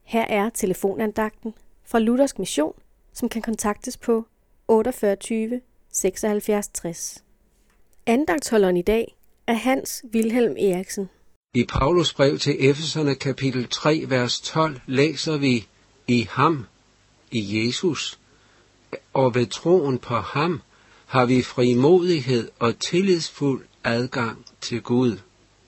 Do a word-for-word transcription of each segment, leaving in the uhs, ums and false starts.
Her er telefonandagten fra Luthersk Mission, som kan kontaktes på otteogfyrre tyve seksoghalvfjerds tres. Andagtsholderen i dag er Hans Wilhelm Eriksen. I Paulus brev til Efeserne kapitel tre, vers tolv, læser vi: I ham, i Jesus, og ved troen på ham, har vi frimodighed og tillidsfuld adgang til Gud.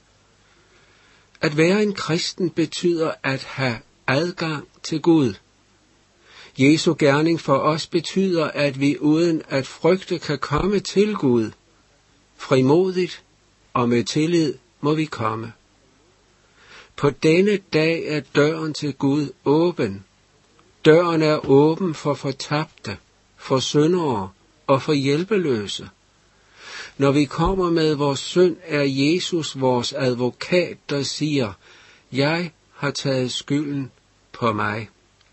At være en kristen betyder at have adgang til Gud. Jesu gerning for os betyder, at vi uden at frygte kan komme til Gud. Frimodigt og med tillid må vi komme. På denne dag er døren til Gud åben. Døren er åben for fortabte, for syndere og for hjælpeløse. Når vi kommer med vores synd, er Jesus vores advokat, der siger: Jeg har taget skylden på mig.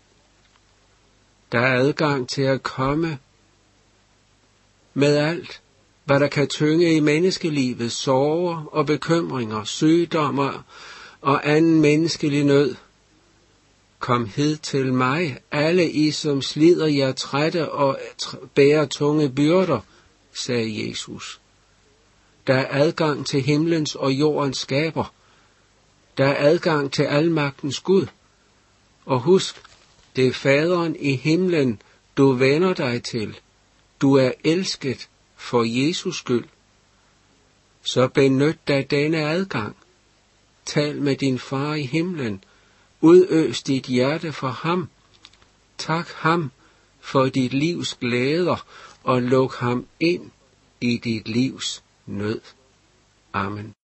Der er adgang til at komme med alt, hvad der kan tynge i menneskelivet, sorger og bekymringer, sygdommer og anden menneskelig nød. Kom hed til mig, alle I, som slider jer trætte og bærer tunge byrder, sagde Jesus. Der er adgang til himlens og jordens skaber. Der er adgang til almagtens Gud. Og husk, det er Faderen i himlen, du vender dig til. Du er elsket for Jesus skyld. Så benyt dig denne adgang. Tal med din far i himlen. Udøs dit hjerte for ham. Tak ham for dit livs glæder, og luk ham ind i dit livs nød. Amen.